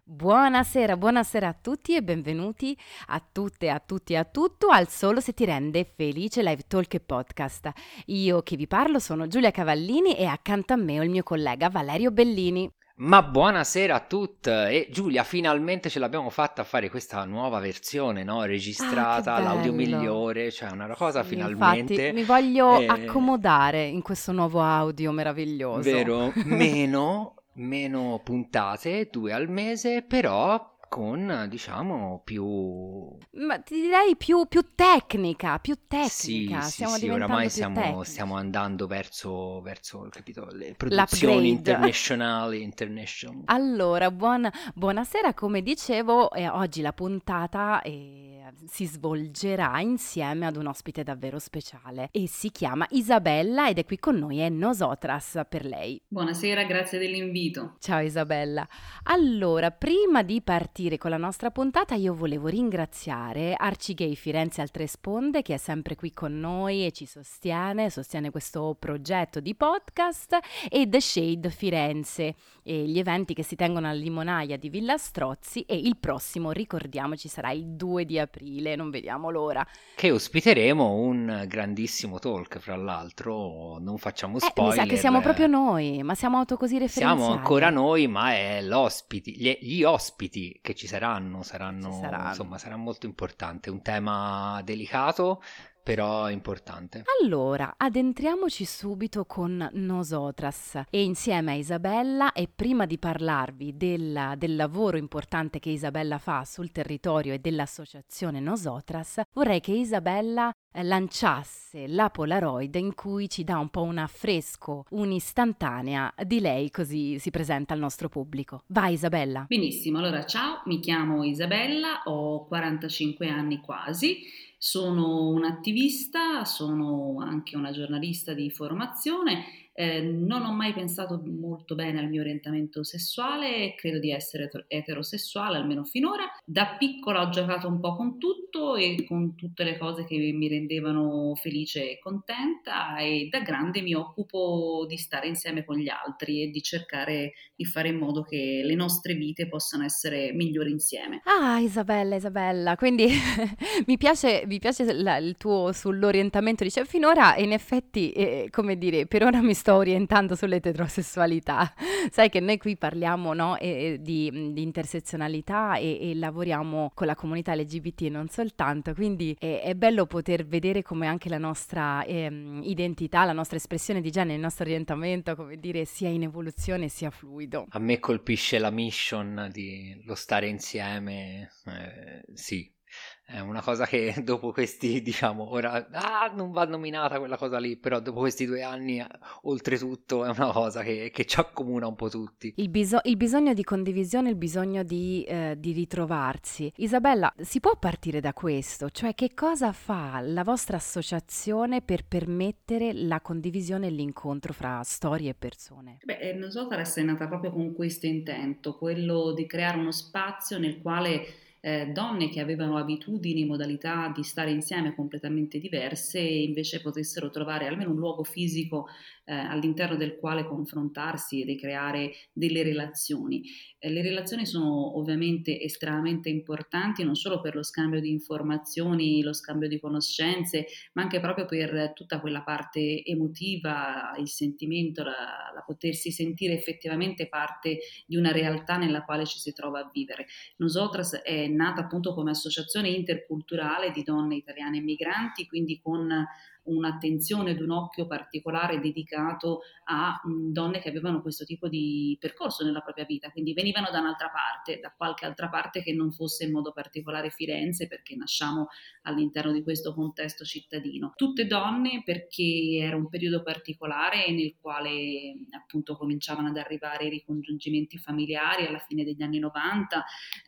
Buonasera, buonasera a tutti e benvenuti a tutte, a tutti e a tutto al Solo se ti rende felice Live Talk e Podcast. Io che vi parlo sono Giulia Cavallini e accanto a me ho il mio collega Valerio Bellini. Ma buonasera a tutti e Giulia, finalmente ce l'abbiamo fatta a fare questa nuova versione, no? Ah, che Registrata, l'audio bello! migliore, cioè una cosa Sì, infatti finalmente, mi voglio eh, accomodare in questo nuovo audio meraviglioso. vero, meno puntate, 2 al mese, però con, diciamo, più. Ma ti direi più tecnica, più Sì, tecnica, sì, stiamo sì, oramai diventando più stiamo tecnici. andando verso, capito, le produzioni L'upgrade. international. Allora, buonasera, come dicevo, oggi la puntata si svolgerà insieme ad un ospite davvero speciale e si chiama Isabella ed è qui con noi, è Nosotras per lei. Buonasera, grazie dell'invito. Ciao Isabella. Allora, prima di partire con la nostra puntata, io volevo ringraziare Arcigay Firenze Altre Sponde, che è sempre qui con noi e ci sostiene questo progetto di podcast, e The Shade Firenze, e gli eventi che si tengono alla Limonaia di Villa Strozzi, e il prossimo, ricordiamoci, sarà il 2 di aprile, non vediamo l'ora. Che ospiteremo un grandissimo talk, fra l'altro, non facciamo Mi sa che spoiler, siamo proprio noi, ma siamo così siamo ancora referenziali. noi, ma è l'ospiti, gli ospiti che ci Ci saranno, insomma, saranno. sarà molto importante, un tema delicato, però importante. Allora, addentriamoci subito con Nosotras e insieme a Isabella e prima di parlarvi del lavoro importante che Isabella fa sul territorio e dell'associazione Nosotras, vorrei che Isabella lanciasse la Polaroid in cui ci dà un po' un affresco, un'istantanea di lei, così si presenta al nostro pubblico. Vai Isabella! Benissimo, allora ciao, mi chiamo Isabella, ho 45 anni quasi, sono un'attivista, sono anche una giornalista di formazione, non ho mai pensato molto bene al mio orientamento sessuale, credo di essere eterosessuale almeno finora. Da piccola ho giocato un po' con tutto e con tutte le cose che mi rendevano felice e contenta e da grande mi occupo di stare insieme con gli altri e di cercare di fare in modo che le nostre vite possano essere migliori insieme. Ah, Isabella, Isabella, quindi mi piace il tuo sull'orientamento, dice, finora in effetti, come dire, per ora mi sto orientando sull'eterosessualità. Sai che noi qui parliamo, no, di intersezionalità e lavoriamo con la comunità LGBT e non soltanto, quindi è bello poter vedere come anche la nostra identità, la nostra espressione di genere, il nostro orientamento, come dire, sia in evoluzione sia fluido. A me colpisce la mission di lo stare insieme, sì, è una cosa che dopo questi, diciamo, ora, non va nominata quella cosa lì, però dopo questi 2 anni, oltretutto, è una cosa che ci accomuna un po' tutti. Il bisogno di condivisione, il bisogno di ritrovarsi. Isabella, si può partire da questo? Cioè, che cosa fa la vostra associazione per permettere la condivisione e l'incontro fra storie e persone? Beh, Nosotras è nata proprio con questo intento, quello di creare uno spazio nel quale donne che avevano abitudini, modalità di stare insieme completamente diverse, invece potessero trovare almeno un luogo fisico all'interno del quale confrontarsi e ricreare delle relazioni. Le relazioni sono ovviamente estremamente importanti non solo per lo scambio di informazioni, lo scambio di conoscenze, ma anche proprio per tutta quella parte emotiva, il sentimento, la potersi sentire effettivamente parte di una realtà nella quale ci si trova a vivere. Nosotras è nata appunto come associazione interculturale di donne italiane e migranti, quindi con un'attenzione ed un occhio particolare dedicato a donne che avevano questo tipo di percorso nella propria vita, quindi venivano da un'altra parte, da qualche altra parte che non fosse in modo particolare Firenze, perché nasciamo all'interno di questo contesto cittadino. Tutte donne perché era un periodo particolare nel quale appunto cominciavano ad arrivare i ricongiungimenti familiari alla fine degli anni 90,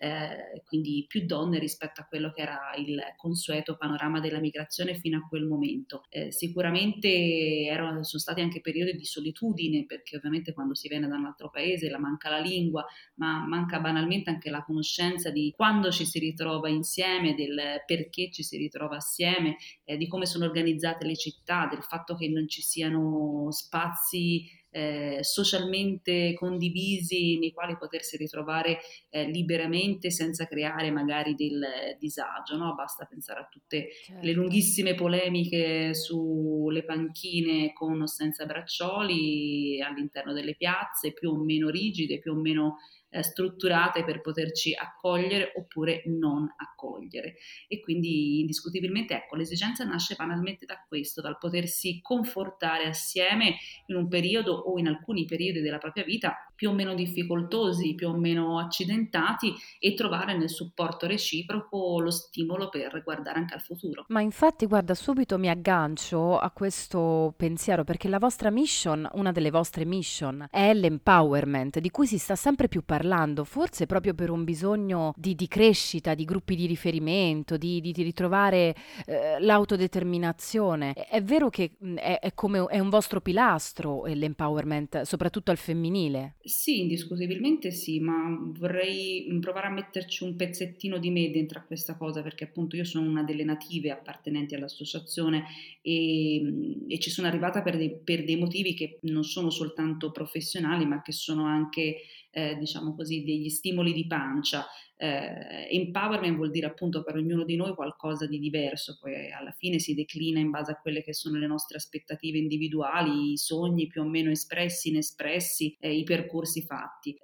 quindi più donne rispetto a quello che era il consueto panorama della migrazione fino a quel momento. Sicuramente sono stati anche periodi di solitudine perché ovviamente quando si viene da un altro paese manca la lingua, ma manca banalmente anche la conoscenza di quando ci si ritrova insieme, del perché ci si ritrova assieme, di come sono organizzate le città, del fatto che non ci siano spazi socialmente condivisi nei quali potersi ritrovare liberamente senza creare magari del disagio, no? Basta pensare a tutte le Certo. lunghissime polemiche sulle panchine con o senza braccioli all'interno delle piazze, più o meno rigide, più o meno strutturate per poterci accogliere oppure non accogliere. E quindi indiscutibilmente ecco, l'esigenza nasce banalmente da questo, dal potersi confortare assieme in un periodo o in alcuni periodi della propria vita più o meno difficoltosi, più o meno accidentati, e trovare nel supporto reciproco lo stimolo per guardare anche al futuro. Ma infatti, guarda, subito mi aggancio a questo pensiero perché la vostra mission, una delle vostre mission, è l'empowerment, di cui si sta sempre più parlando, forse proprio per un bisogno di crescita, di gruppi di riferimento, di ritrovare l'autodeterminazione. È vero che è come è un vostro pilastro l'empowerment, soprattutto al femminile. Sì, indiscutibilmente sì, ma vorrei provare a metterci un pezzettino di me dentro a questa cosa, perché appunto io sono una delle native appartenenti all'associazione e ci sono arrivata per dei motivi che non sono soltanto professionali, ma che sono anche, diciamo così, degli stimoli di pancia. Empowerment vuol dire appunto per ognuno di noi qualcosa di diverso, poi alla fine si declina in base a quelle che sono le nostre aspettative individuali, i sogni più o meno espressi, inespressi, i percorsi fatti.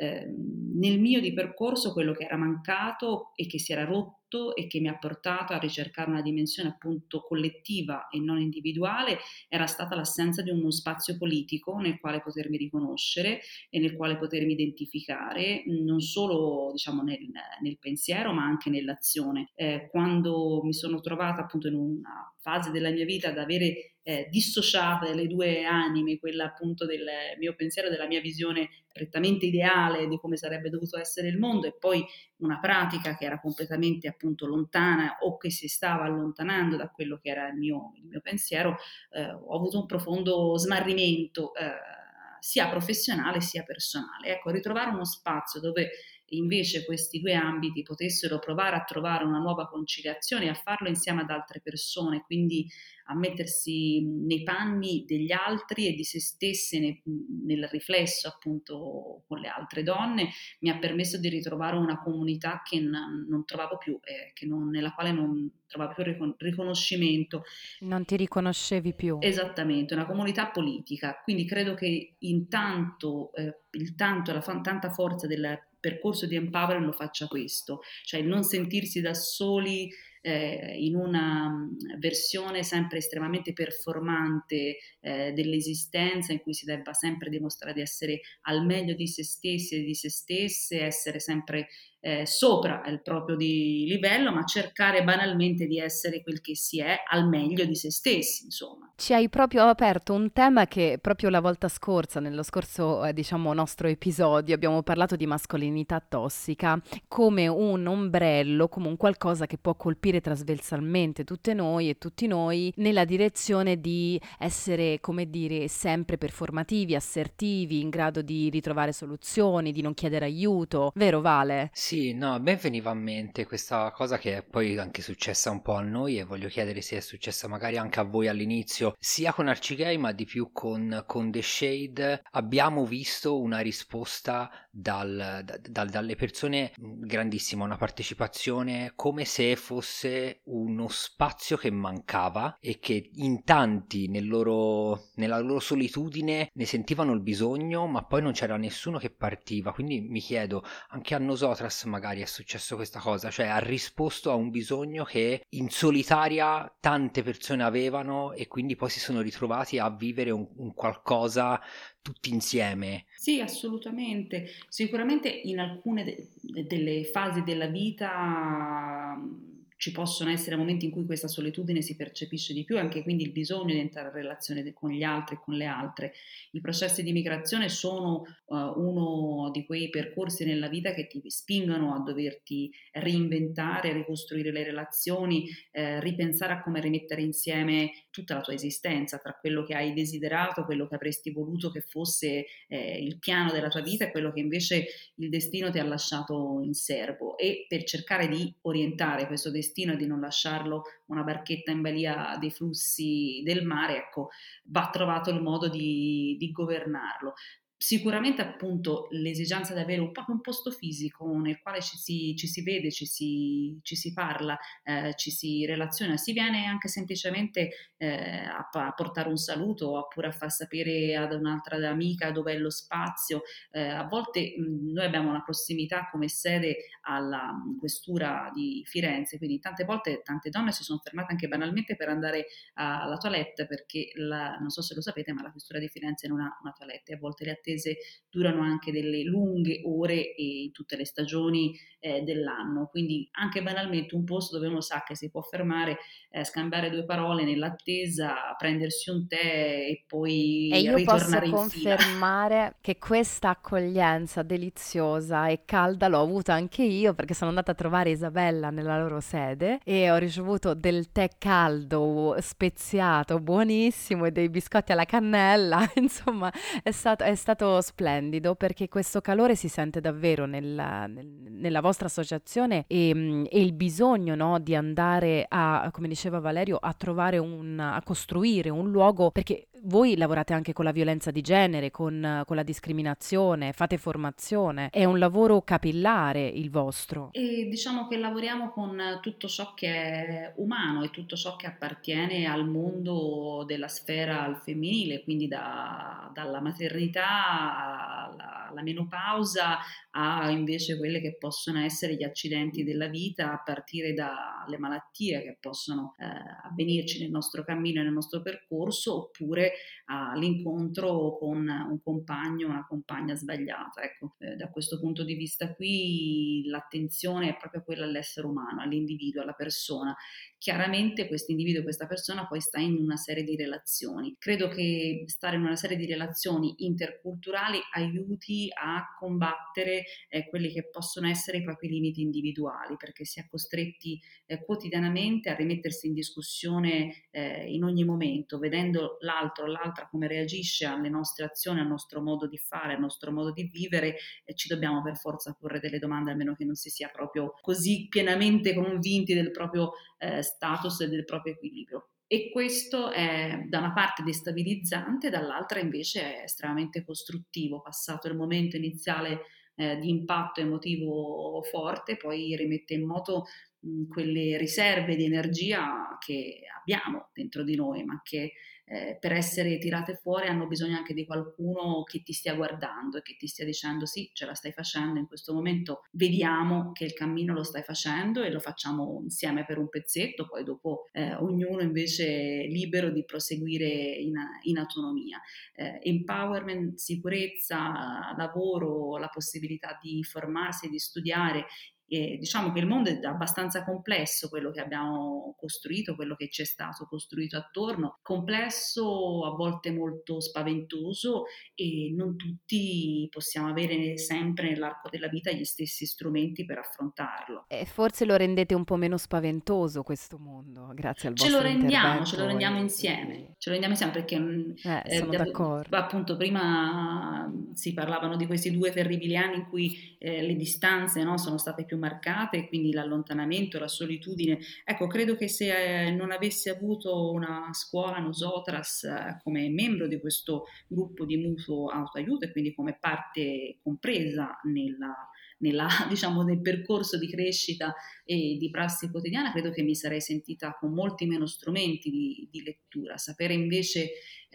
Nel mio di percorso quello che era mancato e che si era rotto e che mi ha portato a ricercare una dimensione appunto collettiva e non individuale era stata l'assenza di uno spazio politico nel quale potermi riconoscere e nel quale potermi identificare, non solo diciamo nel pensiero ma anche nell'azione. Quando mi sono trovata appunto in una fase della mia vita ad avere dissociate le due anime, quella appunto del mio pensiero, della mia visione prettamente ideale di come sarebbe dovuto essere il mondo, e poi una pratica che era completamente appunto lontana o che si stava allontanando da quello che era il mio pensiero, ho avuto un profondo smarrimento sia professionale sia personale. Ecco, ritrovare uno spazio dove invece questi due ambiti potessero provare a trovare una nuova conciliazione e a farlo insieme ad altre persone, quindi a mettersi nei panni degli altri e di se stesse nel riflesso appunto con le altre donne, mi ha permesso di ritrovare una comunità che non trovavo più, nella quale non trovavo più riconoscimento. Non ti riconoscevi più. Esattamente, una comunità politica. Quindi credo che intanto il tanto e tanta forza del percorso di Empower lo faccia questo, cioè il non sentirsi da soli in una versione sempre estremamente performante dell'esistenza, in cui si debba sempre dimostrare di essere al meglio di se stessi e di se stesse, essere sempre sopra il proprio di livello, ma cercare banalmente di essere quel che si è al meglio di se stessi, insomma. Ci hai proprio aperto un tema che proprio la volta scorsa, nello scorso, diciamo, nostro episodio, abbiamo parlato di mascolinità tossica come un ombrello, come un qualcosa che può colpire trasversalmente tutte noi e tutti noi nella direzione di essere, come dire, sempre performativi, assertivi, in grado di ritrovare soluzioni, di non chiedere aiuto. Vero, Vale? Sì, no, a me veniva a mente questa cosa che è poi anche successa un po' a noi e voglio chiedere se è successa magari anche a voi all'inizio, sia con Arcigay ma di più con The Shade. Abbiamo visto una risposta dalle persone grandissima, una partecipazione come se fosse uno spazio che mancava e che in tanti nella loro solitudine ne sentivano il bisogno, ma poi non c'era nessuno che partiva. Quindi mi chiedo, anche a Nosotras magari è successo questa cosa, cioè ha risposto a un bisogno che in solitaria tante persone avevano e quindi poi si sono ritrovati a vivere un qualcosa tutti insieme. Sì, assolutamente. Sicuramente in alcune delle fasi della vita ci possono essere momenti in cui questa solitudine si percepisce di più, anche quindi il bisogno di entrare in relazione con gli altri e con le altre. I processi di migrazione sono uno di quei percorsi nella vita che ti spingono a doverti reinventare, ricostruire le relazioni, ripensare a come rimettere insieme tutta la tua esistenza, tra quello che hai desiderato, quello che avresti voluto che fosse il piano della tua vita e quello che invece il destino ti ha lasciato in serbo, e per cercare di orientare questo destino destino e di non lasciarlo una barchetta in balia dei flussi del mare, ecco, va trovato il modo di governarlo. Sicuramente appunto l'esigenza di avere proprio un posto fisico nel quale ci si vede, ci si parla, ci si relaziona, si viene anche semplicemente a portare un saluto oppure a far sapere ad un'altra amica dov'è lo spazio. A volte noi abbiamo una prossimità come sede alla questura di Firenze, quindi tante volte tante donne si sono fermate anche banalmente per andare alla toilette perché non so se lo sapete, ma la questura di Firenze non ha una toilette, a volte le attese durano anche delle lunghe ore e in tutte le stagioni dell'anno, quindi anche banalmente un posto dove uno sa che si può fermare, scambiare due parole nell'attesa, prendersi un tè e E poi io posso ritornare in fila. confermare che questa accoglienza deliziosa e calda l'ho avuta anche io perché sono andata a trovare Isabella nella loro sede e ho ricevuto del tè caldo, speziato, buonissimo e dei biscotti alla cannella. Insomma, è stato splendido perché questo calore si sente davvero nella vostra associazione e il bisogno, no, di andare a, come diceva Valerio, a trovare a costruire un luogo perché voi lavorate anche con la violenza di genere, con la discriminazione, fate formazione, è un lavoro capillare il vostro. E diciamo che lavoriamo con tutto ciò che è umano e tutto ciò che appartiene al mondo della sfera al femminile, quindi dalla maternità alla menopausa a invece quelle che possono essere gli accidenti della vita, a partire dalle malattie che possono avvenirci nel nostro cammino e nel nostro percorso, oppure all'incontro con un compagno o una compagna sbagliata. Ecco, da questo punto di vista qui l'attenzione è proprio quella all'essere umano, all'individuo, alla persona. Chiaramente questo individuo e questa persona poi sta in una serie di relazioni. Credo che stare in una serie di relazioni interculturali aiuti a combattere quelli che possono essere i propri limiti individuali, perché si è costretti quotidianamente a rimettersi in discussione in ogni momento, vedendo l'altro o l'altra come reagisce alle nostre azioni, al nostro modo di fare, al nostro modo di vivere, ci dobbiamo per forza porre delle domande, almeno che non si sia proprio così pienamente convinti del proprio status e del proprio equilibrio. E questo è da una parte destabilizzante, dall'altra invece è estremamente costruttivo. Passato il momento iniziale di impatto emotivo forte, poi rimette in moto quelle riserve di energia che abbiamo dentro di noi, ma che per essere tirate fuori hanno bisogno anche di qualcuno che ti stia guardando e che ti stia dicendo sì, ce la stai facendo in questo momento, vediamo che il cammino lo stai facendo e lo facciamo insieme per un pezzetto, poi dopo ognuno invece è libero di proseguire in autonomia. Empowerment, sicurezza, lavoro, la possibilità di formarsi, di studiare. E diciamo che il mondo è abbastanza complesso, quello che abbiamo costruito, quello che ci è stato costruito attorno, complesso, a volte molto spaventoso e non tutti possiamo avere sempre nell'arco della vita gli stessi strumenti per affrontarlo. E forse lo rendete un po' meno spaventoso questo mondo, grazie al vostro Ce lo intervento rendiamo e insieme, ce lo rendiamo insieme perché sono d'accordo. appunto prima si parlavano di questi 2 terribili anni in cui le distanze, no, sono state più marcate, quindi l'allontanamento, la solitudine. Ecco, credo che se non avessi avuto una scuola Nosotras come membro di questo gruppo di mutuo autoaiuto e quindi come parte compresa diciamo, nel percorso di crescita e di prassi quotidiana, credo che mi sarei sentita con molti meno strumenti di lettura. Sapere invece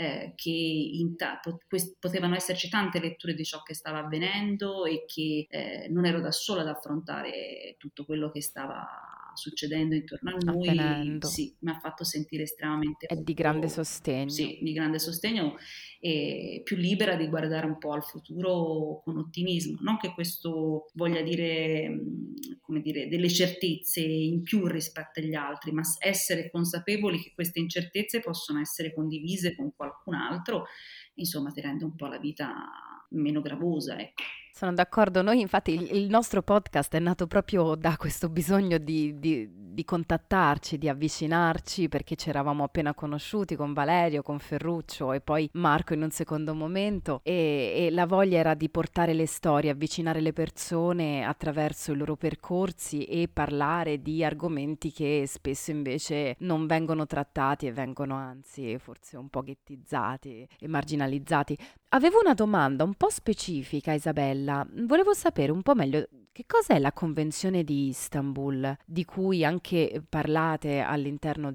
che potevano esserci tante letture di ciò che stava avvenendo e che non ero da sola ad affrontare tutto quello che stava succedendo intorno a noi, Avvenendo. sì, mi ha fatto sentire estremamente È di grande molto, sostegno. sì, di grande sostegno e più libera di guardare un po' al futuro con ottimismo. Non che questo voglia dire, come dire, delle certezze in più rispetto agli altri, ma essere consapevoli che queste incertezze possono essere condivise con qualcun altro, insomma, ti rende un po' la vita meno gravosa, ecco. Sono d'accordo, noi infatti il nostro podcast è nato proprio da questo bisogno di contattarci, di avvicinarci, perché ci eravamo appena conosciuti con Valerio, con Ferruccio e poi Marco in un secondo momento, e la voglia era di portare le storie, avvicinare le persone attraverso i loro percorsi e parlare di argomenti che spesso invece non vengono trattati e vengono anzi forse un po' ghettizzati e marginalizzati. Avevo una domanda un po' specifica, Isabella. Volevo sapere un po' meglio che cos'è la Convenzione di Istanbul, di cui anche parlate all'interno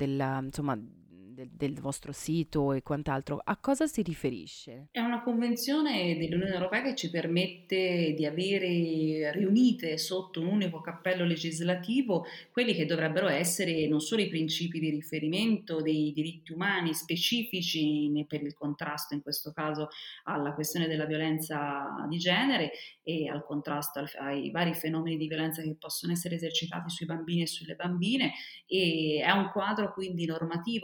del vostro sito e quant'altro. A cosa si riferisce? È una convenzione dell'Unione Europea che ci permette di avere riunite sotto un unico cappello legislativo quelli che dovrebbero essere non solo i principi di riferimento dei diritti umani specifici per il contrasto, in questo caso, alla questione della violenza di genere e al contrasto ai vari fenomeni di violenza che possono essere esercitati sui bambini e sulle bambine, e è un quadro quindi normativo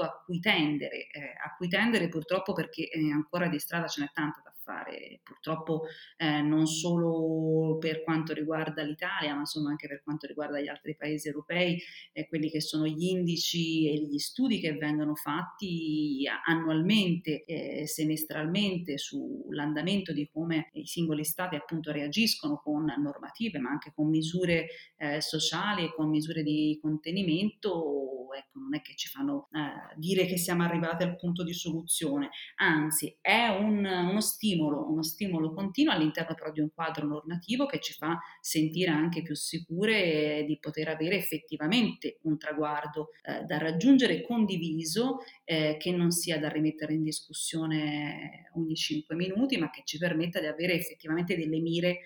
a cui tendere purtroppo, perché ancora di strada ce n'è tanta da fare, purtroppo non solo per quanto riguarda l'Italia, ma insomma anche per quanto riguarda gli altri paesi europei, quelli che sono gli indici e gli studi che vengono fatti annualmente, semestralmente, sull'andamento di come i singoli stati appunto reagiscono con normative, ma anche con misure sociali e con misure di contenimento. Ecco, non è che ci fanno dire che siamo arrivati al punto di soluzione, anzi è uno stimolo continuo all'interno però di un quadro normativo che ci fa sentire anche più sicure di poter avere effettivamente un traguardo da raggiungere condiviso, che non sia da rimettere in discussione ogni 5 minuti, ma che ci permetta di avere effettivamente delle mire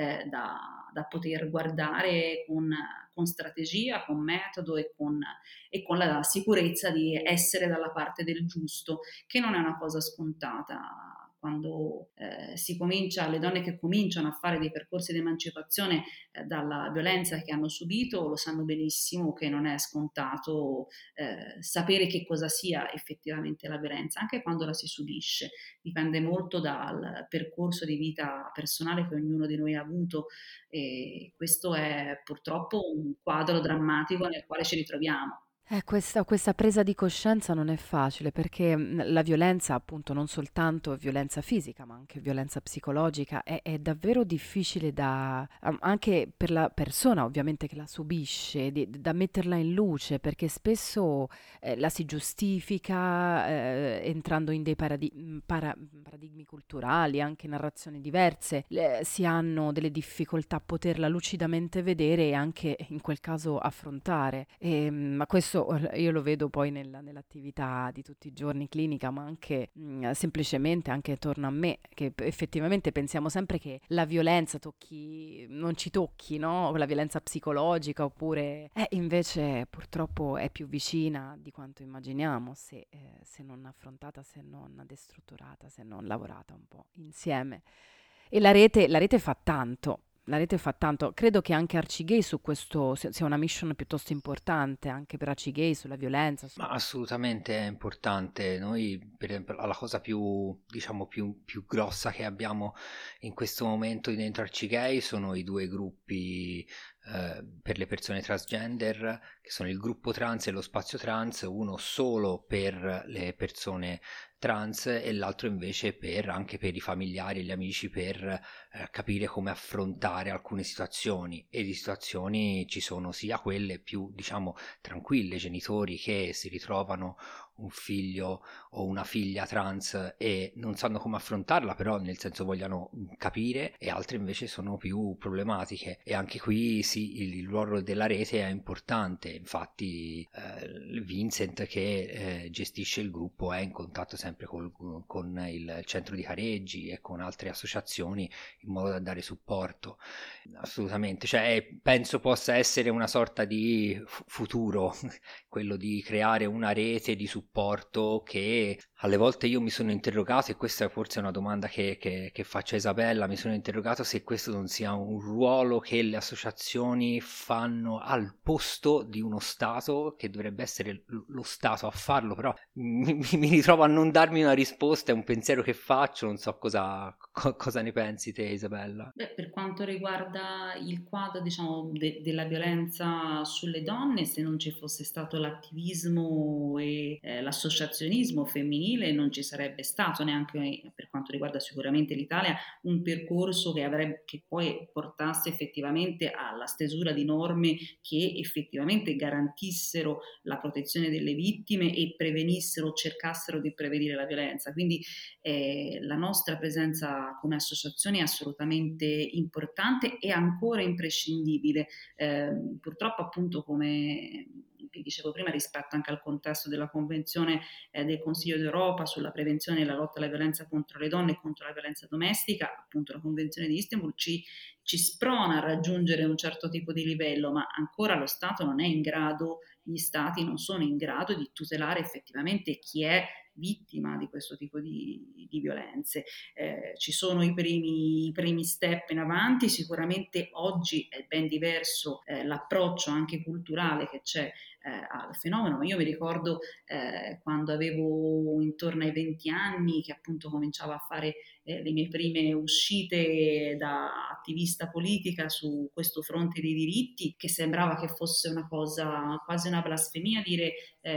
da poter guardare con strategia, con metodo e con la sicurezza di essere dalla parte del giusto, che non è una cosa scontata. Quando si comincia, le donne che cominciano a fare dei percorsi di emancipazione dalla violenza che hanno subito, lo sanno benissimo che non è scontato sapere che cosa sia effettivamente la violenza, anche quando la si subisce. Dipende molto dal percorso di vita personale che ognuno di noi ha avuto, e questo è purtroppo un quadro drammatico nel quale ci ritroviamo. Questa presa di coscienza non è facile perché la violenza, appunto, non soltanto violenza fisica, ma anche violenza psicologica, è davvero difficile anche per la persona, ovviamente, che la subisce, da metterla in luce, perché spesso la si giustifica entrando in dei paradigmi culturali, anche narrazioni diverse, si hanno delle difficoltà a poterla lucidamente vedere e anche in quel caso affrontare. Ma questo io lo vedo poi nell'attività di tutti i giorni clinica, ma anche semplicemente anche attorno a me, che effettivamente pensiamo sempre che la violenza non ci tocchi, no? La violenza psicologica, oppure invece purtroppo è più vicina di quanto immaginiamo se non affrontata, se non destrutturata, se non lavorata un po' insieme. E la rete fa tanto. La rete fa tanto, credo che anche Arcigay su questo sia una mission piuttosto importante, anche per Arcigay sulla violenza. Ma assolutamente è importante. Noi, per esempio, la cosa più, diciamo, più grossa che abbiamo in questo momento dentro Arcigay sono i due gruppi per le persone transgender, che sono il gruppo trans e lo spazio trans, uno solo per le persone trans e l'altro invece anche per i familiari e gli amici, per capire come affrontare alcune situazioni, e di situazioni ci sono sia quelle più, diciamo, tranquille, genitori che si ritrovano un figlio o una figlia trans e non sanno come affrontarla, però nel senso vogliono capire, e altre invece sono più problematiche, e anche qui sì, il ruolo della rete è importante. Infatti Vincent, che gestisce il gruppo, è in contatto sempre con il centro di Careggi e con altre associazioni in modo da dare supporto. Assolutamente, cioè penso possa essere una sorta di futuro quello di creare una rete di supporto che Alle volte io mi sono interrogato, e questa forse è una domanda che faccio a Isabella, mi sono interrogato se questo non sia un ruolo che le associazioni fanno al posto di uno Stato, che dovrebbe essere lo Stato a farlo, però mi ritrovo a non darmi una risposta, è un pensiero che faccio, non so cosa ne pensi te, Isabella. Beh, per quanto riguarda il quadro, diciamo, della violenza sulle donne, se non ci fosse stato l'attivismo e l'associazionismo femminile, non ci sarebbe stato neanche, per quanto riguarda sicuramente l'Italia, un percorso che poi portasse effettivamente alla stesura di norme che effettivamente garantissero la protezione delle vittime e prevenissero, cercassero di prevenire la violenza. Quindi la nostra presenza come associazione è assolutamente importante e ancora imprescindibile. Purtroppo, appunto, come vi dicevo prima, rispetto anche al contesto della Convenzione del Consiglio d'Europa sulla prevenzione e la lotta alla violenza contro le donne e contro la violenza domestica, appunto la Convenzione di Istanbul ci sprona a raggiungere un certo tipo di livello, ma ancora lo Stato non è in grado, gli Stati non sono in grado di tutelare effettivamente chi è vittima di questo tipo di violenze. Ci sono i primi step in avanti, sicuramente oggi è ben diverso l'approccio anche culturale che c'è al fenomeno, ma io mi ricordo quando avevo intorno ai 20 anni che appunto cominciavo a fare le mie prime uscite da attivista politica su questo fronte dei diritti, che sembrava che fosse una cosa, quasi una blasfemia dire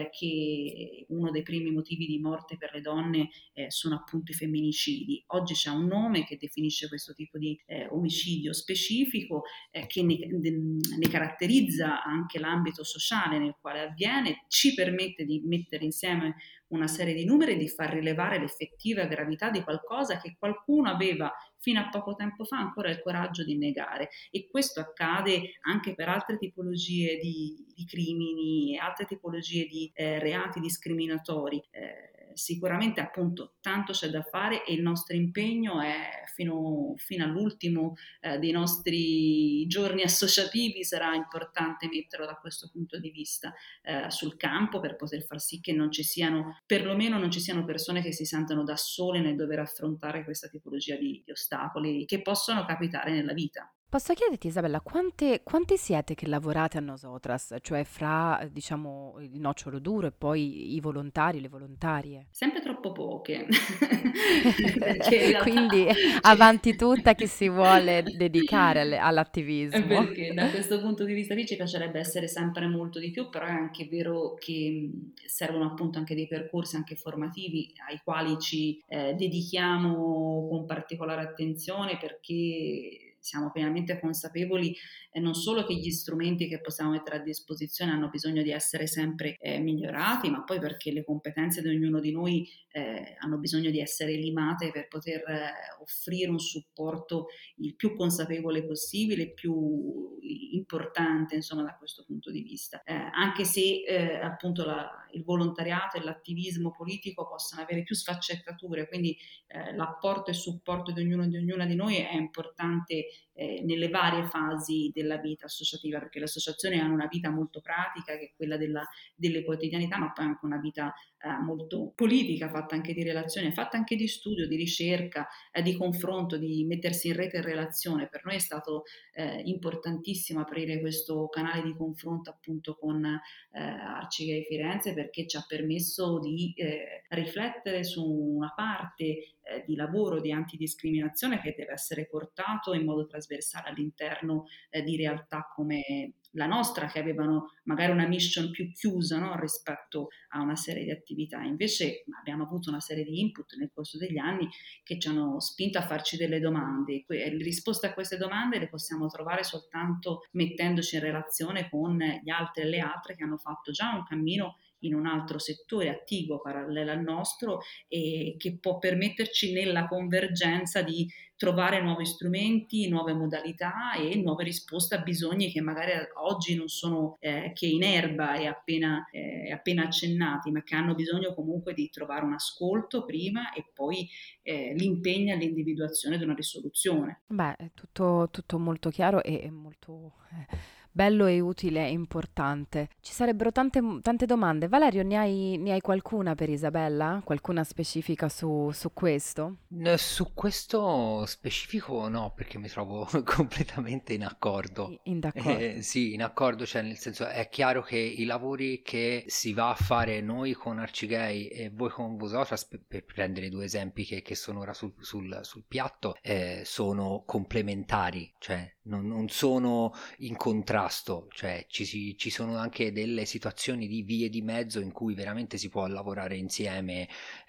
che uno dei primi motivi di morte per le donne sono appunto i femminicidi. Oggi c'è un nome che definisce questo tipo di omicidio specifico che ne caratterizza anche l'ambito sociale nel quale avviene, ci permette di mettere insieme una serie di numeri e di far rilevare l'effettiva gravità di qualcosa che qualcuno aveva fino a poco tempo fa ancora il coraggio di negare, e questo accade anche per altre tipologie di crimini, altre tipologie di reati discriminatori. Sicuramente appunto tanto c'è da fare e il nostro impegno è fino all'ultimo dei nostri giorni associativi sarà importante metterlo da questo punto di vista sul campo, per poter far sì che non ci siano, perlomeno non ci siano persone che si sentono da sole nel dover affrontare questa tipologia di ostacoli che possono capitare nella vita. Posso chiederti, Isabella, quante siete che lavorate a Nosotras? Cioè fra, diciamo, il nocciolo duro e poi i volontari, le volontarie? Sempre troppo poche, perché in realtà Quindi ci- avanti tutta chi si vuole dedicare all'attivismo. perché da questo punto di vista lì ci piacerebbe essere sempre molto di più, però è anche vero che servono appunto anche dei percorsi anche formativi ai quali ci dedichiamo con particolare attenzione, perché siamo pienamente consapevoli non solo che gli strumenti che possiamo mettere a disposizione hanno bisogno di essere sempre migliorati, ma poi perché le competenze di ognuno di noi hanno bisogno di essere limate per poter offrire un supporto il più consapevole possibile, il più importante, insomma, da questo punto di vista. Anche se appunto il volontariato e l'attivismo politico possono avere più sfaccettature, quindi l'apporto e supporto di ognuno e di ognuna di noi è importante nelle varie fasi della vita associativa, perché le associazioni hanno una vita molto pratica, che è quella delle quotidianità, ma poi anche una vita molto politica, fatta anche di relazione, fatta anche di studio, di ricerca, di confronto, di mettersi in rete e relazione. Per noi è stato importantissimo aprire questo canale di confronto appunto con Arcigay Firenze, perché ci ha permesso di riflettere su una parte di lavoro di antidiscriminazione che deve essere portato in modo trasversale all'interno di realtà come la nostra, che avevano magari una mission più chiusa, no, rispetto a una serie di attività. Invece abbiamo avuto una serie di input nel corso degli anni che ci hanno spinto a farci delle domande. Le risposte a queste domande le possiamo trovare soltanto mettendoci in relazione con gli altri e le altre che hanno fatto già un cammino in un altro settore attiguo, parallelo al nostro, e che può permetterci nella convergenza di trovare nuovi strumenti, nuove modalità e nuove risposte a bisogni che magari oggi non sono che in erba e appena accennati, ma che hanno bisogno comunque di trovare un ascolto prima e poi l'impegno all'individuazione di una risoluzione. Beh, è tutto molto chiaro e molto bello e utile e importante. Ci sarebbero tante domande. Valerio, ne hai qualcuna per Isabella? Qualcuna specifica su questo? Su questo specifico no, perché mi trovo completamente in accordo. In d'accordo. Sì, in accordo, cioè nel senso è chiaro che i lavori che si va a fare noi con Arcigay e voi con Vosotras, per prendere due esempi che sono ora sul piatto, sono complementari, cioè non sono in contrasto, cioè ci sono anche delle situazioni di vie di mezzo in cui veramente si può lavorare insieme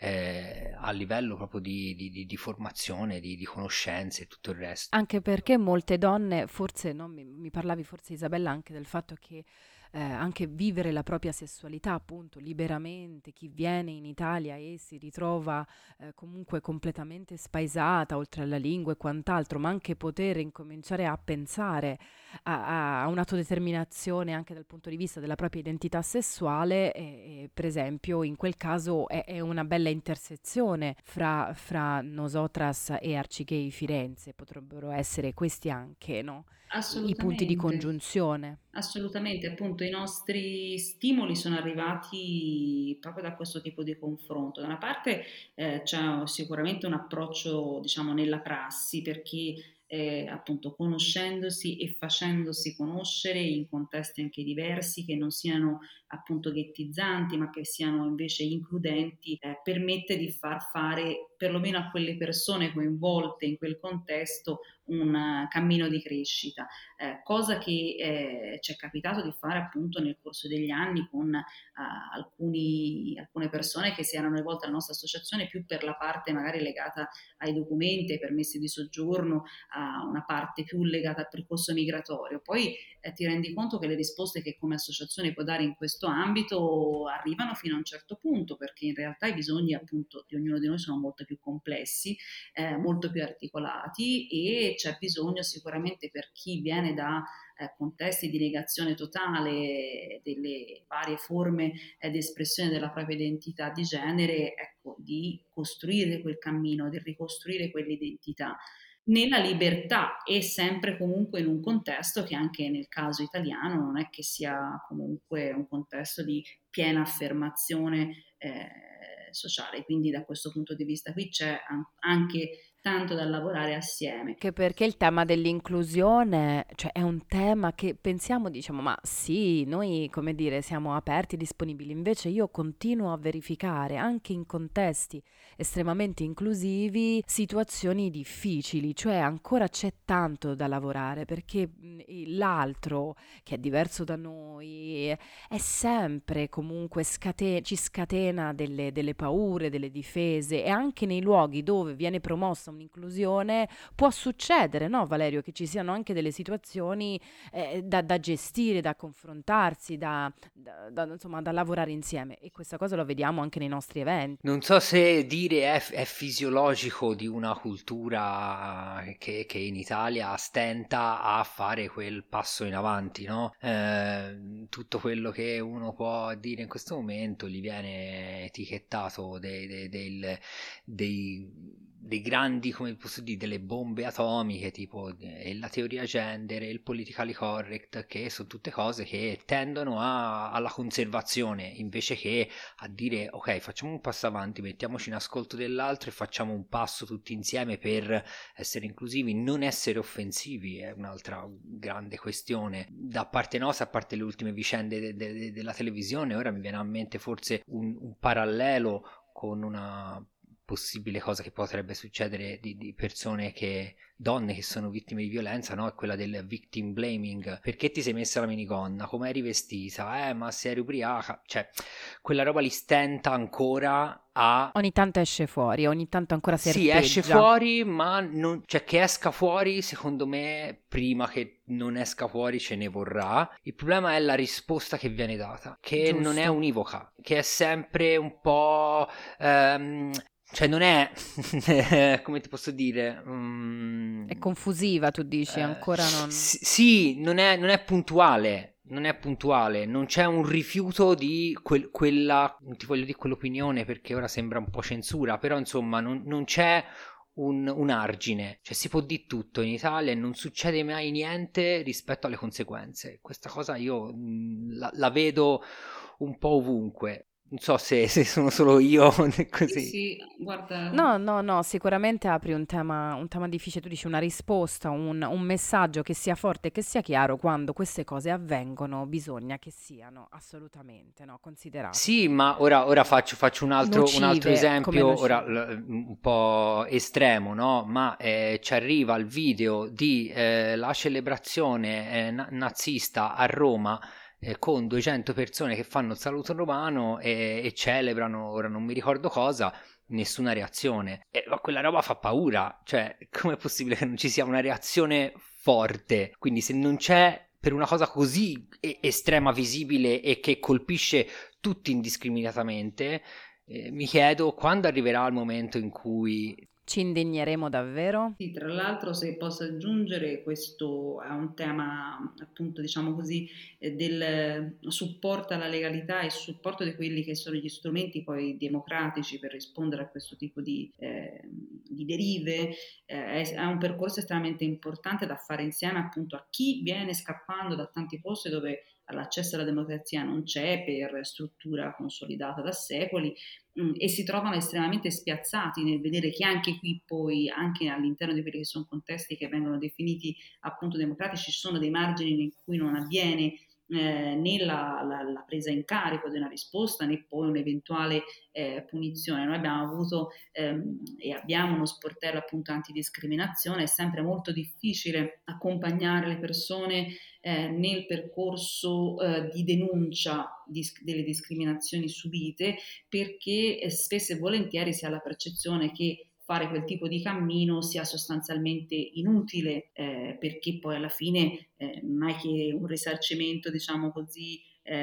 a livello proprio di formazione, di conoscenze e tutto il resto. Anche perché molte donne, forse, no, mi parlavi forse Isabella anche del fatto che anche vivere la propria sessualità appunto liberamente, chi viene in Italia e si ritrova comunque completamente spaesata oltre alla lingua e quant'altro, ma anche poter incominciare a pensare a un'autodeterminazione anche dal punto di vista della propria identità sessuale, e, per esempio in quel caso è una bella intersezione fra Nosotras e Arcigay Firenze, potrebbero essere questi anche, no? I punti di Assolutamente. congiunzione. Assolutamente, appunto i nostri stimoli sono arrivati proprio da questo tipo di confronto. Da una parte c'è sicuramente un approccio, diciamo, nella prassi per chi appunto conoscendosi e facendosi conoscere in contesti anche diversi, che non siano appunto ghettizzanti, ma che siano invece includenti, permette di far fare perlomeno a quelle persone coinvolte in quel contesto un cammino di crescita, cosa che ci è capitato di fare appunto nel corso degli anni con alcune persone che si erano rivolte alla nostra associazione più per la parte magari legata ai documenti, ai permessi di soggiorno, a una parte più legata al percorso migratorio. Poi ti rendi conto che le risposte che come associazione può dare in questo ambito arrivano fino a un certo punto, perché in realtà i bisogni appunto di ognuno di noi sono molto più complessi, molto più articolati, e c'è bisogno sicuramente per chi viene da contesti di negazione totale delle varie forme di espressione della propria identità di genere, ecco, di costruire quel cammino, di ricostruire quell'identità nella libertà e sempre comunque in un contesto che anche nel caso italiano non è che sia comunque un contesto di piena affermazione sociale, quindi da questo punto di vista qui c'è anche tanto da lavorare assieme. Anche perché il tema dell'inclusione, cioè è un tema che pensiamo, diciamo, ma sì, noi, come dire, siamo aperti, disponibili. Invece io continuo a verificare anche in contesti estremamente inclusivi situazioni difficili, cioè ancora c'è tanto da lavorare perché l'altro che è diverso da noi è sempre comunque ci scatena delle paure, delle difese, e anche nei luoghi dove viene promossa un'inclusione può succedere, no Valerio, che ci siano anche delle situazioni da gestire, da confrontarsi, insomma, da lavorare insieme, e questa cosa lo vediamo anche nei nostri eventi. Non so se dire è fisiologico di una cultura che in Italia stenta a fare quel passo in avanti, no? Tutto quello che uno può dire in questo momento gli viene etichettato dei grandi, come posso dire, delle bombe atomiche, tipo la teoria gender e il politically correct, che sono tutte cose che tendono alla conservazione, invece che a dire ok, facciamo un passo avanti, mettiamoci in ascolto dell'altro e facciamo un passo tutti insieme per essere inclusivi, non essere offensivi. È un'altra grande questione da parte nostra, a parte le ultime vicende della televisione. Ora mi viene a mente forse un parallelo con una possibile cosa che potrebbe succedere di persone donne che sono vittime di violenza, no? È quella del victim blaming. Perché ti sei messa la minigonna? Come eri vestita? Ma se eri ubriaca? Cioè, quella roba li stenta ancora a... Ogni tanto esce fuori, ogni tanto ancora Sì, esce serpeggia. fuori, ma non... cioè che esca fuori, secondo me, prima che non esca fuori ce ne vorrà. Il problema è la risposta che viene data, che non è Giusto. univoca, che è sempre un po'... cioè non è, come ti posso dire, È confusiva, tu dici, ancora non... sì, non è puntuale, non c'è un rifiuto di quella, non ti voglio dire quell'opinione perché ora sembra un po' censura, però insomma non c'è un argine, cioè si può di tutto in Italia e non succede mai niente rispetto alle conseguenze. Questa cosa io la vedo un po' ovunque. Non so se sono solo io Sì, così. sì, guarda. No, no, no, sicuramente apri un tema difficile, tu dici una risposta, un messaggio che sia forte e che sia chiaro, quando queste cose avvengono bisogna che siano assolutamente, no, considerate Sì, come ma ora faccio un altro nocive, come esempio, ora nocive. un po' estremo, no? Ma ci arriva il video di la celebrazione nazista a Roma con 200 persone che fanno il saluto romano e celebrano, ora non mi ricordo cosa, nessuna reazione. Ma quella roba fa paura, cioè com'è possibile che non ci sia una reazione forte? Quindi se non c'è per una cosa così estrema, visibile e che colpisce tutti indiscriminatamente, mi chiedo quando arriverà il momento in cui... Ci indigneremo davvero? Sì, tra l'altro, se posso aggiungere, questo è un tema, appunto, diciamo così, del supporto alla legalità e supporto di quelli che sono gli strumenti poi democratici per rispondere a questo tipo di derive, è un percorso estremamente importante da fare insieme appunto a chi viene scappando da tanti posti dove l'accesso alla democrazia non c'è per struttura consolidata da secoli, e si trovano estremamente spiazzati nel vedere che anche qui poi, anche all'interno di quelli che sono contesti che vengono definiti appunto democratici, ci sono dei margini in cui non avviene né la presa in carico di una risposta né poi un'eventuale punizione. Noi abbiamo avuto e abbiamo uno sportello appunto antidiscriminazione, è sempre molto difficile accompagnare le persone nel percorso di denuncia delle discriminazioni subite, perché spesso e volentieri si ha la percezione che fare quel tipo di cammino sia sostanzialmente inutile, perché poi alla fine non è che un risarcimento, diciamo così,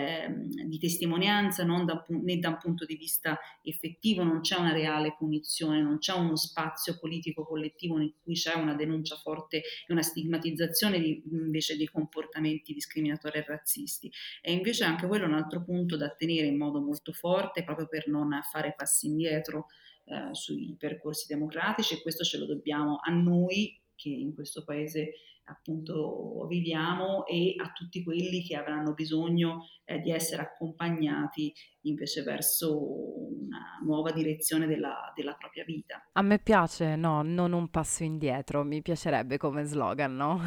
di testimonianza, né da un punto di vista effettivo, non c'è una reale punizione, non c'è uno spazio politico collettivo in cui c'è una denuncia forte e una stigmatizzazione invece dei comportamenti discriminatori e razzisti. E invece anche quello è un altro punto da tenere in modo molto forte, proprio per non fare passi indietro sui percorsi democratici, e questo ce lo dobbiamo a noi che in questo paese appunto viviamo e a tutti quelli che avranno bisogno di essere accompagnati invece verso una nuova direzione della propria vita. A me piace, no, non un passo indietro, mi piacerebbe come slogan, no?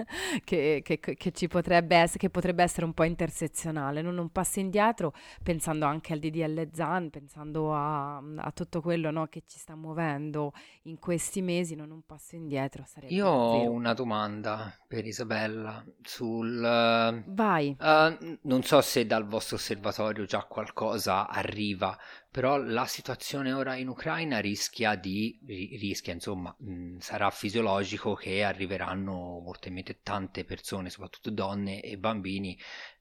Che ci potrebbe essere, che potrebbe essere un po' intersezionale, non un passo indietro, pensando anche al DDL Zan, pensando a tutto quello, no, che ci sta muovendo in questi mesi, non un passo indietro, Io sarebbe ho davvero. una domanda per Isabella sul... Vai. non so se dal vostro osservatorio già qualcosa arriva, però la situazione ora in Ucraina rischia, insomma, sarà fisiologico che arriveranno mortalmente tante persone, soprattutto donne e bambini.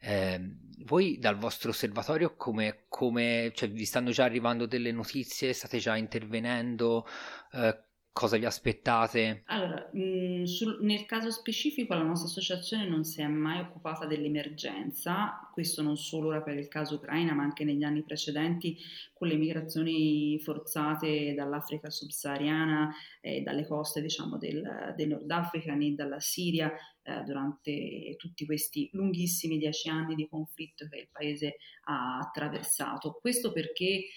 Voi dal vostro osservatorio cioè, vi stanno già arrivando delle notizie? State già intervenendo? Eh, Cosa vi aspettate? Allora, nel caso specifico la nostra associazione non si è mai occupata dell'emergenza, questo non solo ora per il caso Ucraina, ma anche negli anni precedenti con le migrazioni forzate dall'Africa subsahariana e dalle coste, diciamo, del Nord Africa né dalla Siria, durante tutti questi lunghissimi 10 anni di conflitto che il paese ha attraversato. Questo perché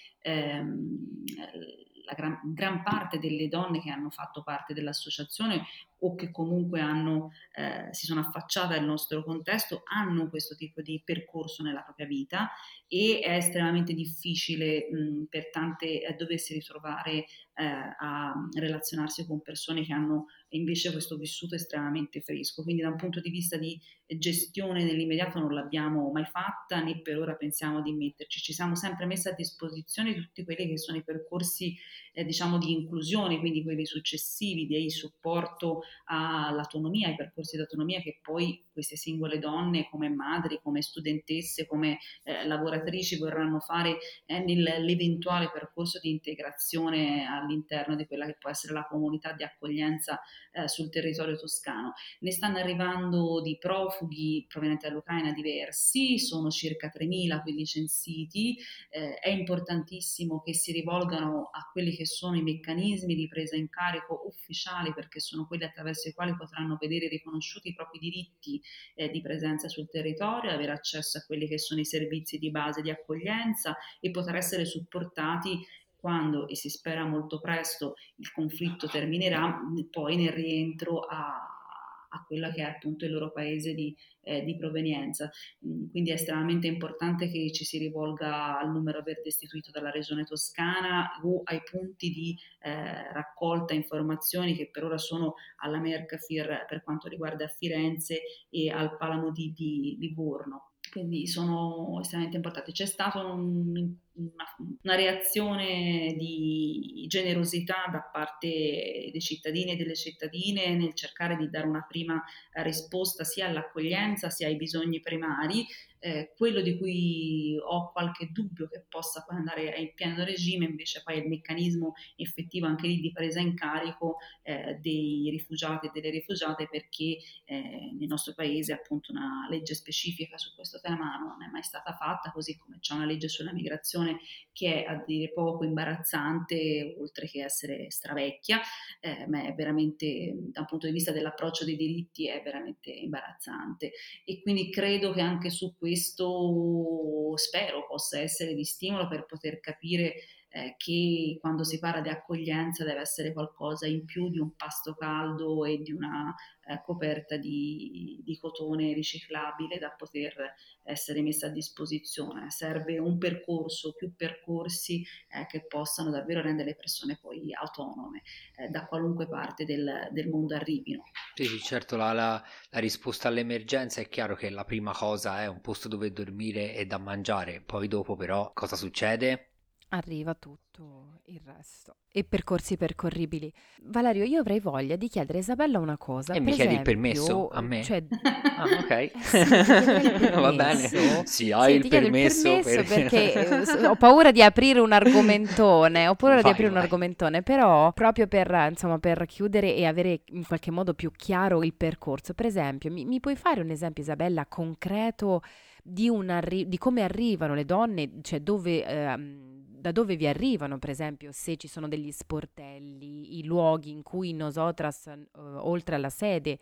la gran parte delle donne che hanno fatto parte dell'associazione o che comunque si sono affacciate al nostro contesto hanno questo tipo di percorso nella propria vita, e è estremamente difficile per tante doversi ritrovare a relazionarsi con persone che hanno invece questo vissuto estremamente fresco. Quindi da un punto di vista di gestione nell'immediato non l'abbiamo mai fatta né per ora pensiamo di metterci. Ci siamo sempre messi a disposizione di tutti quelli che sono i percorsi diciamo di inclusione, quindi quelli successivi di supporto all'autonomia, ai percorsi di autonomia che poi queste singole donne come madri, come studentesse, come lavoratrici vorranno fare nell'eventuale percorso di integrazione all'interno di quella che può essere la comunità di accoglienza sul territorio toscano. Ne stanno arrivando di profughi provenienti dall'Ucraina diversi, sono circa 3.000 quelli censiti, è importantissimo che si rivolgano a quelli che sono i meccanismi di presa in carico ufficiali, perché sono quelli attraverso i quali potranno vedere riconosciuti i propri diritti di presenza sul territorio, avere accesso a quelli che sono i servizi di base di accoglienza e poter essere supportati quando, e si spera molto presto, il conflitto terminerà, poi nel rientro a quello che è appunto il loro paese di provenienza. Quindi è estremamente importante che ci si rivolga al numero verde istituito dalla Regione Toscana o ai punti di raccolta informazioni che per ora sono alla Mercafir per quanto riguarda Firenze e al Palamo di Livorno. Quindi sono estremamente importanti. C'è stata una reazione di generosità da parte dei cittadini e delle cittadine nel cercare di dare una prima risposta sia all'accoglienza sia ai bisogni primari. Quello di cui ho qualche dubbio che possa poi andare in pieno regime invece poi è il meccanismo effettivo anche lì di presa in carico dei rifugiati e delle rifugiate, perché nel nostro paese appunto una legge specifica su questo tema non è mai stata fatta, così come c'è una legge sulla migrazione che è a dire poco imbarazzante oltre che essere stravecchia, ma è veramente dal punto di vista dell'approccio dei diritti è veramente imbarazzante, e quindi credo che anche su questo spero possa essere di stimolo per poter capire che quando si parla di accoglienza deve essere qualcosa in più di un pasto caldo e di una coperta di cotone riciclabile da poter essere messa a disposizione. Serve un percorso, più percorsi che possano davvero rendere le persone poi autonome da qualunque parte del mondo arrivino. Sì, sì, certo, la risposta all'emergenza è chiaro che la prima cosa è un posto dove dormire e da mangiare, poi dopo però cosa succede? Arriva tutto il resto. E percorsi percorribili. Valerio, io avrei voglia di chiedere a Isabella una cosa. E mi Per chiedi il permesso esempio, a me? cioè, Ah, ok. sì, ti chiederei il Va bene. permesso. Sì, hai Sì, il ti chiedo il permesso permesso per... perché ho paura di aprire un argomentone, ho paura di Vai, aprire un vai. argomentone, però proprio per, insomma, per chiudere e avere in qualche modo più chiaro il percorso. Per esempio, mi puoi fare un esempio, Isabella, concreto di come arrivano le donne, cioè dove, da dove vi arrivano, per esempio, se ci sono degli sportelli, i luoghi in cui nosotras, oltre alla sede,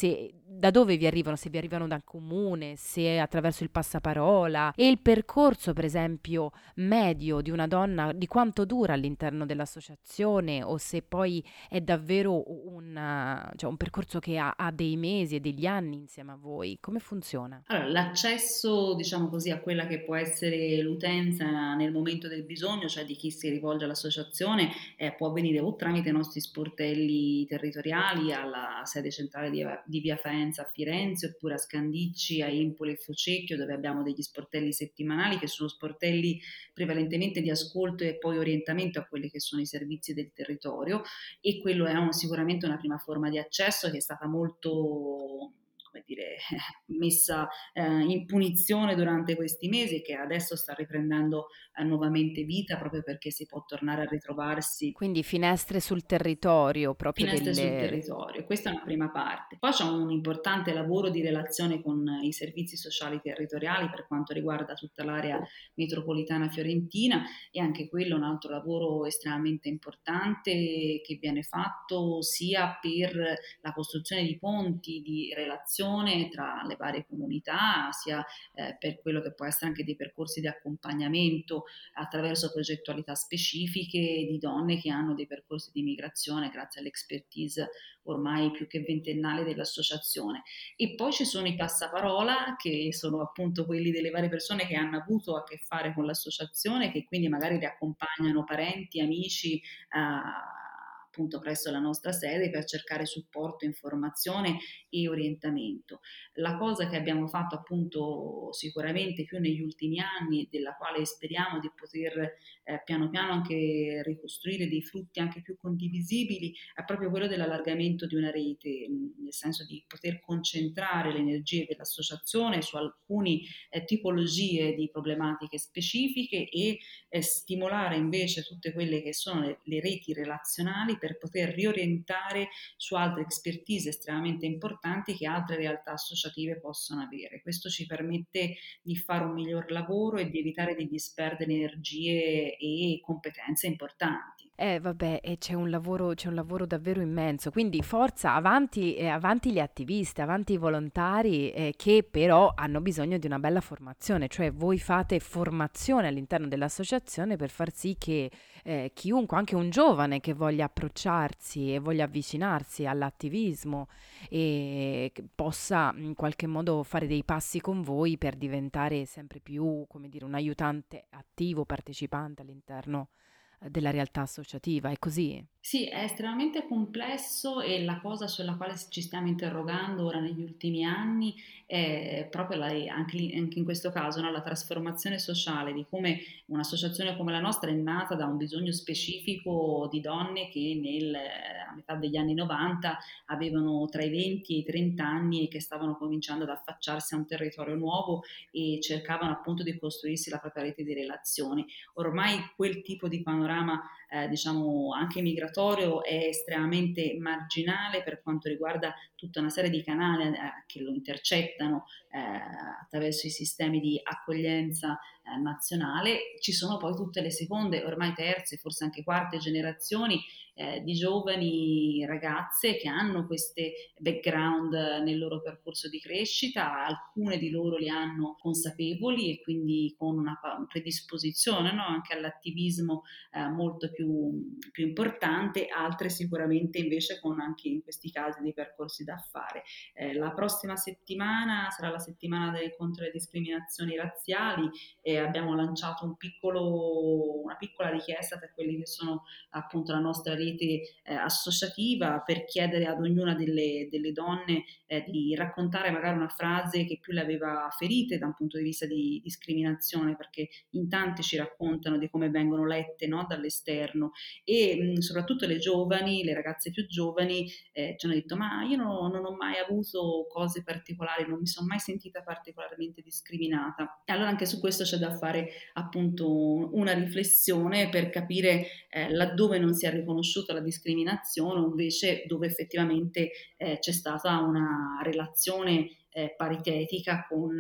da dove vi arrivano, se vi arrivano dal comune, se attraverso il passaparola, e il percorso, per esempio, medio di una donna, di quanto dura all'interno dell'associazione, o se poi è davvero cioè un percorso che ha dei mesi e degli anni insieme a voi. Come funziona? Allora, l'accesso, diciamo così, a quella che può essere l'utenza nel momento del bisogno, cioè di chi si rivolge all'associazione, può avvenire o tramite i nostri sportelli territoriali alla sede centrale di Via Faenza a Firenze, oppure a Scandicci, a Empoli e Fucecchio, dove abbiamo degli sportelli settimanali che sono sportelli prevalentemente di ascolto e poi orientamento a quelli che sono i servizi del territorio, e quello è sicuramente una prima forma di accesso che è stata molto, come dire, messa in punizione durante questi mesi e che adesso sta riprendendo nuovamente vita proprio perché si può tornare a ritrovarsi. Quindi finestre sul territorio, proprio Finestre sul delle... territorio, questa è una prima parte. Poi c'è un importante lavoro di relazione con i servizi sociali territoriali per quanto riguarda tutta l'area metropolitana fiorentina, e anche quello è un altro lavoro estremamente importante che viene fatto sia per la costruzione di ponti di relazione tra le varie comunità, sia per quello che può essere anche dei percorsi di accompagnamento attraverso progettualità specifiche di donne che hanno dei percorsi di migrazione grazie all'expertise ormai più che ventennale dell'associazione. E poi ci sono i passaparola, che sono appunto quelli delle varie persone che hanno avuto a che fare con l'associazione, che quindi magari li accompagnano parenti, amici, appunto presso la nostra sede per cercare supporto, informazione e orientamento. La cosa che abbiamo fatto appunto sicuramente più negli ultimi anni e della quale speriamo di poter piano piano anche ricostruire dei frutti anche più condivisibili è proprio quello dell'allargamento di una rete, nel senso di poter concentrare le energie dell'associazione su alcune tipologie di problematiche specifiche e stimolare invece tutte quelle che sono le reti relazionali per poter riorientare su altre expertise estremamente importanti che altre realtà associative possono avere. Questo ci permette di fare un miglior lavoro e di evitare di disperdere energie e competenze importanti. Vabbè, e c'è un lavoro davvero immenso, quindi forza, avanti, avanti gli attivisti, avanti i volontari che però hanno bisogno di una bella formazione, cioè voi fate formazione all'interno dell'associazione per far sì che chiunque, anche un giovane che voglia approcciarsi e voglia avvicinarsi all'attivismo e che possa in qualche modo fare dei passi con voi per diventare sempre più, come dire, un aiutante attivo, partecipante all'interno della realtà associativa, è così? Sì, è estremamente complesso e la cosa sulla quale ci stiamo interrogando ora negli ultimi anni è proprio anche in questo caso, no, la trasformazione sociale, di come un'associazione come la nostra è nata da un bisogno specifico di donne che a metà degli anni 90 avevano tra i 20 e i 30 anni e che stavano cominciando ad affacciarsi a un territorio nuovo e cercavano appunto di costruirsi la propria rete di relazioni. Ormai quel tipo di panorama diciamo anche migratorio è estremamente marginale per quanto riguarda tutta una serie di canali che lo intercettano attraverso i sistemi di accoglienza nazionale. Ci sono poi tutte le seconde, ormai terze, forse anche quarte generazioni di giovani ragazze che hanno queste background nel loro percorso di crescita, alcune di loro li hanno consapevoli e quindi con una predisposizione, no, anche all'attivismo molto più importante, altre sicuramente invece con anche in questi casi dei percorsi da fare. La prossima settimana sarà la settimana contro le discriminazioni razziali e abbiamo lanciato una piccola richiesta per quelli che sono appunto la nostra rete associativa per chiedere ad ognuna delle donne di raccontare magari una frase che più le aveva ferite da un punto di vista di discriminazione, perché in tanti ci raccontano di come vengono lette, no, dall'esterno e soprattutto le giovani, le ragazze più giovani ci hanno detto ma io non ho mai avuto cose particolari, non mi sono mai sentita particolarmente discriminata. E allora anche su questo c'è da fare appunto una riflessione per capire laddove non si è riconosciuta la discriminazione o invece dove effettivamente c'è stata una relazione paritetica con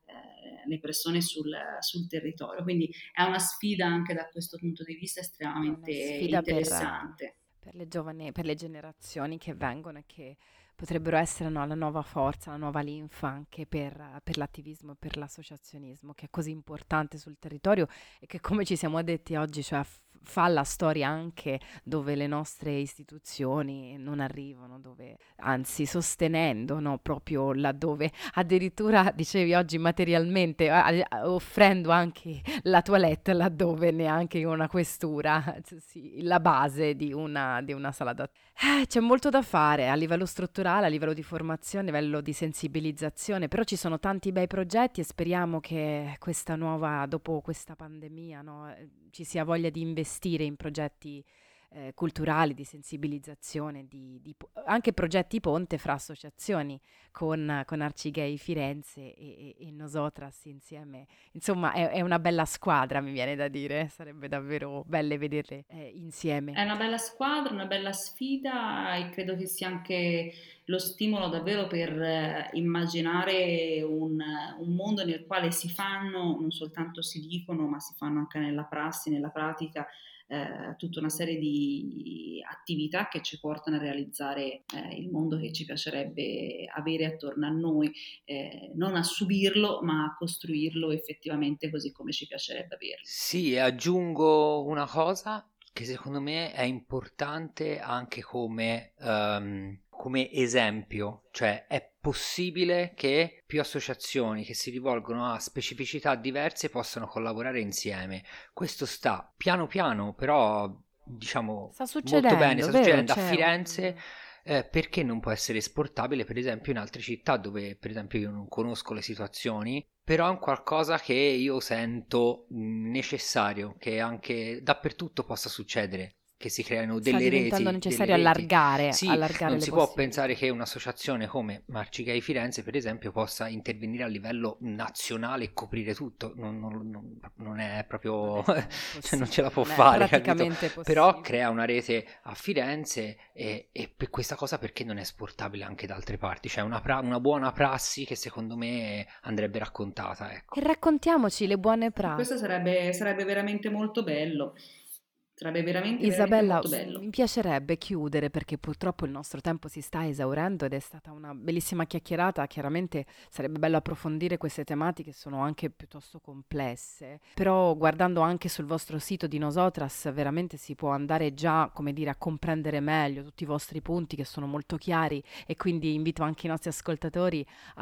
le persone sul territorio. Quindi è una sfida anche da questo punto di vista È una estremamente sfida interessante. per le giovani, per le generazioni che vengono e che potrebbero essere, no, la nuova forza, la nuova linfa anche per l'attivismo e per l'associazionismo, che è così importante sul territorio e che, come ci siamo detti oggi, cioè fa la storia anche dove le nostre istituzioni non arrivano, dove, anzi sostenendo, no, proprio laddove addirittura, dicevi oggi, materialmente, offrendo anche la toilette laddove neanche una questura, sì, la base di una sala da... c'è molto da fare a livello strutturale, a livello di formazione, a livello di sensibilizzazione, però ci sono tanti bei progetti e speriamo che questa nuova, dopo questa pandemia, no, ci sia voglia di investire in progetti culturali, di sensibilizzazione, anche progetti ponte fra associazioni con Arcigay Firenze e Nosotras insieme. Insomma, è una bella squadra, mi viene da dire, sarebbe davvero belle vederle insieme. È una bella squadra, una bella sfida e credo che sia anche lo stimolo davvero per immaginare un mondo nel quale si fanno, non soltanto si dicono, ma si fanno anche nella prassi, nella pratica, tutta una serie di attività che ci portano a realizzare il mondo che ci piacerebbe avere attorno a noi, non a subirlo, ma a costruirlo effettivamente così come ci piacerebbe averlo. Sì, e aggiungo una cosa che secondo me è importante anche come esempio, cioè è possibile che più associazioni che si rivolgono a specificità diverse possano collaborare insieme. Questo sta piano piano, però diciamo Sta molto bene, succedendo, sta vero? succedendo a C'è Firenze, un... perché non può essere esportabile per esempio in altre città dove per esempio io non conosco le situazioni, però è un qualcosa che io sento necessario, che anche dappertutto possa succedere, che si creino Sta delle diventando reti, delle necessario reti. allargare, Sì, allargare non le si può pensare possibilità. che un'associazione come Marcigay Firenze, per esempio, possa intervenire a livello nazionale e coprire tutto. Non è Non proprio, è, non è cioè non ce la possibile, può non è fare, capito? praticamente Però possibile. crea una rete a Firenze e per questa cosa perché non è esportabile anche da altre parti? C'è una buona prassi che secondo me andrebbe raccontata, E ecco. raccontiamoci le buone Questo prassi. sarebbe veramente molto bello. Sarebbe veramente, veramente Isabella, molto bello. mi piacerebbe chiudere perché purtroppo il nostro tempo si sta esaurendo ed è stata una bellissima chiacchierata. Chiaramente sarebbe bello approfondire queste tematiche, sono anche piuttosto complesse, però guardando anche sul vostro sito di Nosotras veramente si può andare già, come dire, a comprendere meglio tutti i vostri punti che sono molto chiari e quindi invito anche i nostri ascoltatori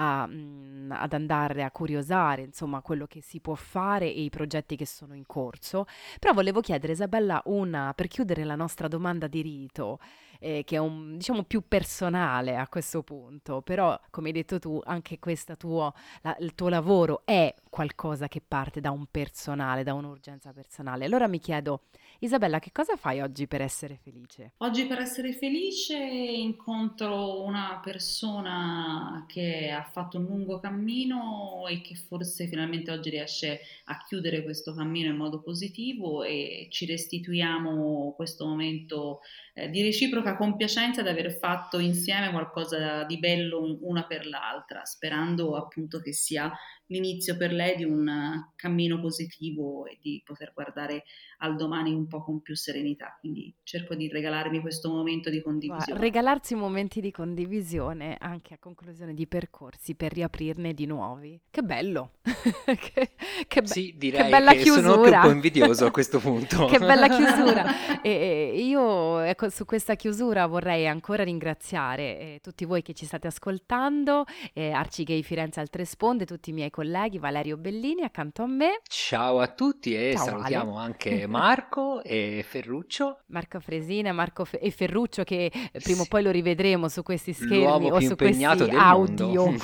ad andare a curiosare, insomma, quello che si può fare e i progetti che sono in corso. Però volevo chiedere, Isabella, per chiudere la nostra domanda di rito, che è diciamo più personale a questo punto, però come hai detto tu, anche il tuo lavoro è qualcosa che parte da un personale, da un'urgenza personale. Allora mi chiedo, Isabella, che cosa fai oggi per essere felice? Oggi per essere felice incontro una persona che ha fatto un lungo cammino e che forse finalmente oggi riesce a chiudere questo cammino in modo positivo e ci restituiamo questo momento di reciproca compiacenza di aver fatto insieme qualcosa di bello una per l'altra, sperando appunto che sia l'inizio per lei di un cammino positivo e di poter guardare al domani un po' con più serenità. Quindi cerco di regalarmi questo momto di condivisione. Regalarsi momenti di condivisione anche a conclusione di percorsi per riaprirne di nuovi. Che bello! che, Sì, che direi bella che sono anche un po' chiusura! invidioso a questo punto. Che bella chiusura! E io ecco, su questa chiusura vorrei ancora ringraziare tutti voi che ci state ascoltando, Arcigay Firenze Altre Sponde, tutti i miei colleghi, Valerio Bellini accanto a me. Ciao a tutti e Ciao Ale. salutiamo anche Marco e Ferruccio. Marco Fresina, e Ferruccio che prima o Sì, poi lo rivedremo su questi schermi l'uomo o più su impegnato questi del mondo. audio.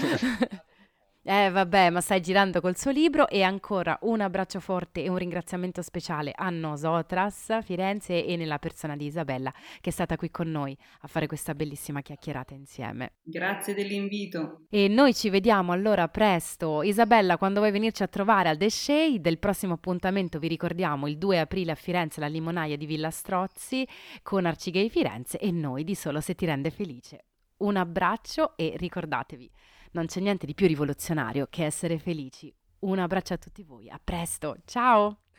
Vabbè, ma stai girando col suo libro e ancora un abbraccio forte e un ringraziamento speciale a Nosotras Firenze e nella persona di Isabella che è stata qui con noi a fare questa bellissima chiacchierata insieme. Grazie dell'invito. E noi ci vediamo allora presto. Isabella, quando vuoi venirci a trovare al The Shade, del prossimo appuntamento vi ricordiamo il 2 aprile a Firenze la limonaia di Villa Strozzi con Arcigay Firenze e noi di Solo se ti rende felice. Un abbraccio e ricordatevi, non c'è niente di più rivoluzionario che essere felici. Un abbraccio a tutti voi, a presto, ciao!